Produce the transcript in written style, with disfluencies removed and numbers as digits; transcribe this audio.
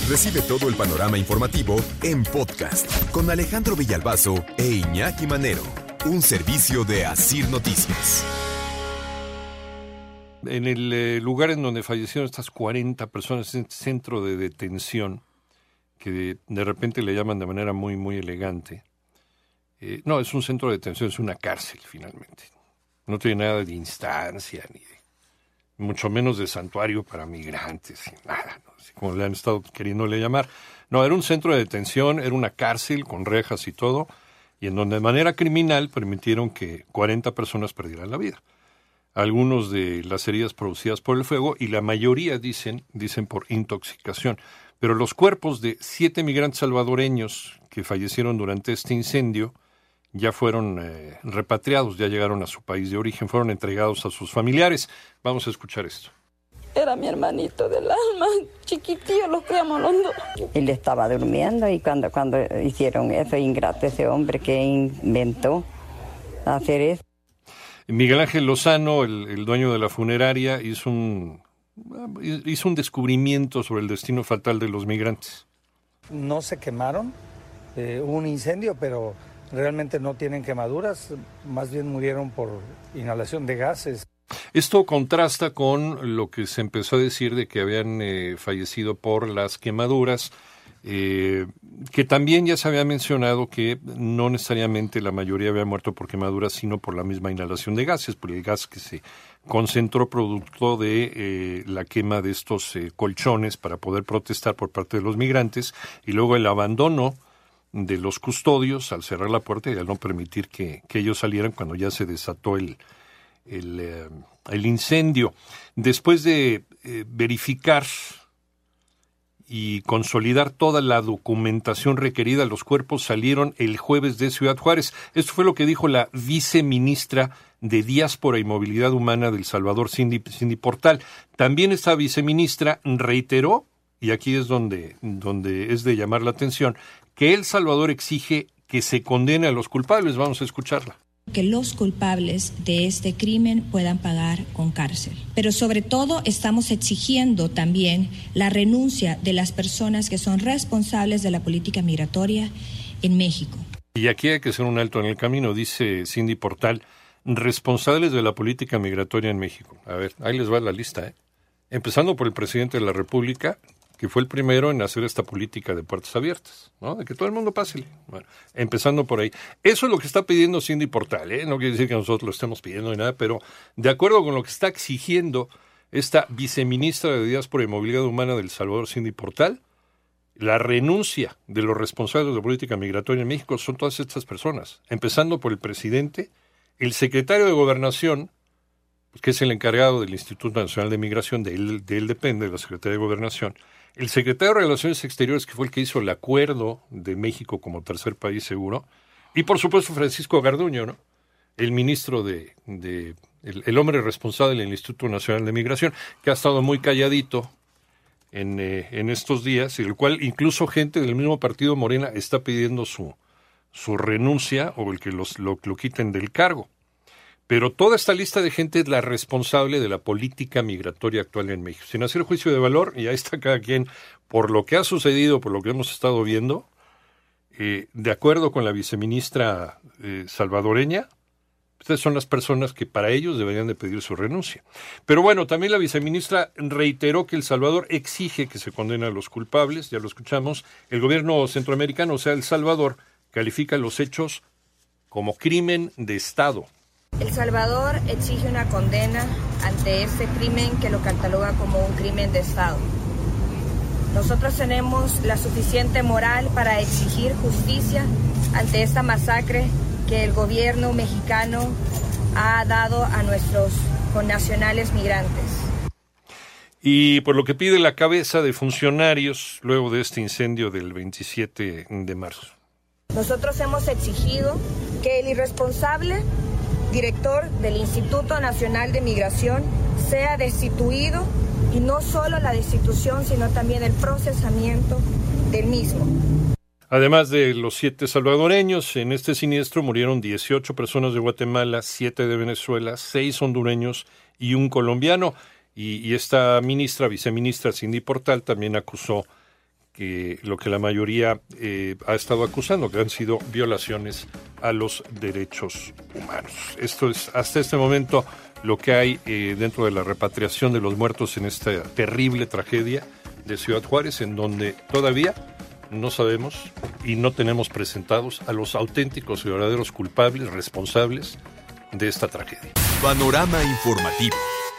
Recibe todo el panorama informativo en podcast con Alejandro Villalbazo e Iñaki Manero, un servicio de Asir Noticias. En el lugar en donde fallecieron estas 40 personas, en centro de detención, que de repente le llaman de manera muy, muy elegante. No, es un centro de detención, es una cárcel finalmente. No tiene nada de instancia, ni de, mucho menos de santuario para migrantes, nada, ¿no? Así como le han estado queriéndole llamar. No, era un centro de detención, era una cárcel con rejas y todo, y en donde de manera criminal permitieron que 40 personas perdieran la vida. Algunos de las heridas producidas por el fuego y la mayoría dicen por intoxicación. Pero los cuerpos de 7 migrantes salvadoreños que fallecieron durante este incendio ya fueron repatriados, ya llegaron a su país de origen, fueron entregados a sus familiares. Vamos a escuchar esto. Era mi hermanito del alma, chiquitillo, los criamos los dos. Él estaba durmiendo y cuando hicieron eso, ingrato ese hombre que inventó hacer eso. Miguel Ángel Lozano, el dueño de la funeraria, hizo un descubrimiento sobre el destino fatal de los migrantes. No se quemaron, hubo un incendio, pero realmente no tienen quemaduras, más bien murieron por inhalación de gases. Esto contrasta con lo que se empezó a decir de que habían fallecido por las quemaduras, que también ya se había mencionado que no necesariamente la mayoría había muerto por quemaduras, sino por la misma inhalación de gases, por el gas que se concentró producto de la quema de estos colchones para poder protestar por parte de los migrantes, y luego el abandono de los custodios al cerrar la puerta y al no permitir que ellos salieran cuando ya se desató el incendio. Después de verificar y consolidar toda la documentación requerida, los cuerpos salieron el jueves de Ciudad Juárez. Esto fue lo que dijo la viceministra de Diáspora y Movilidad Humana de El Salvador, Cindy Portal. También esta viceministra reiteró, y aquí es donde es de llamar la atención, que El Salvador exige que se condene a los culpables. Vamos a escucharla. Que los culpables de este crimen puedan pagar con cárcel. Pero sobre todo estamos exigiendo también la renuncia de las personas que son responsables de la política migratoria en México. Y aquí hay que hacer un alto en el camino, dice Cindy Portal, responsables de la política migratoria en México. A ver, ahí les va la lista, empezando por el presidente de la República, que fue el primero en hacer esta política de puertas abiertas, ¿no? De que todo el mundo pase. Bueno, empezando por ahí. Eso es lo que está pidiendo Cindy Portal, No quiere decir que nosotros lo estemos pidiendo ni nada, pero de acuerdo con lo que está exigiendo esta viceministra de Diáspora y Movilidad Humana del Salvador, Cindy Portal, la renuncia de los responsables de la política migratoria en México son todas estas personas, empezando por el presidente, el secretario de Gobernación, que es el encargado del Instituto Nacional de Migración, de él depende, de la Secretaría de Gobernación, el secretario de Relaciones Exteriores, que fue el que hizo el acuerdo de México como tercer país seguro, y por supuesto Francisco Garduño, ¿no? El ministro el hombre responsable del Instituto Nacional de Migración, que ha estado muy calladito en estos días, y el cual incluso gente del mismo partido Morena está pidiendo su renuncia o el que lo quiten del cargo. Pero toda esta lista de gente es la responsable de la política migratoria actual en México. Sin hacer juicio de valor, y ahí está cada quien, por lo que ha sucedido, por lo que hemos estado viendo, de acuerdo con la viceministra salvadoreña, estas son las personas que para ellos deberían de pedir su renuncia. Pero bueno, también la viceministra reiteró que El Salvador exige que se condene a los culpables, ya lo escuchamos. El gobierno centroamericano, o sea, El Salvador, califica los hechos como crimen de Estado. El Salvador exige una condena ante este crimen que lo cataloga como un crimen de Estado. Nosotros tenemos la suficiente moral para exigir justicia ante esta masacre que el gobierno mexicano ha dado a nuestros connacionales migrantes. Y por lo que pide la cabeza de funcionarios luego de este incendio del 27 de marzo. Nosotros hemos exigido que el irresponsable director del Instituto Nacional de Migración sea destituido, y no solo la destitución, sino también el procesamiento del mismo. Además de los 7 salvadoreños, en este siniestro murieron 18 personas de Guatemala, 7 de Venezuela, 6 hondureños y un colombiano. Y esta viceministra Cindy Portal también acusó que lo que la mayoría ha estado acusando, que han sido violaciones a los derechos humanos. Esto es hasta este momento lo que hay dentro de la repatriación de los muertos en esta terrible tragedia de Ciudad Juárez, en donde todavía no sabemos y no tenemos presentados a los auténticos y verdaderos culpables, responsables de esta tragedia. Panorama informativo.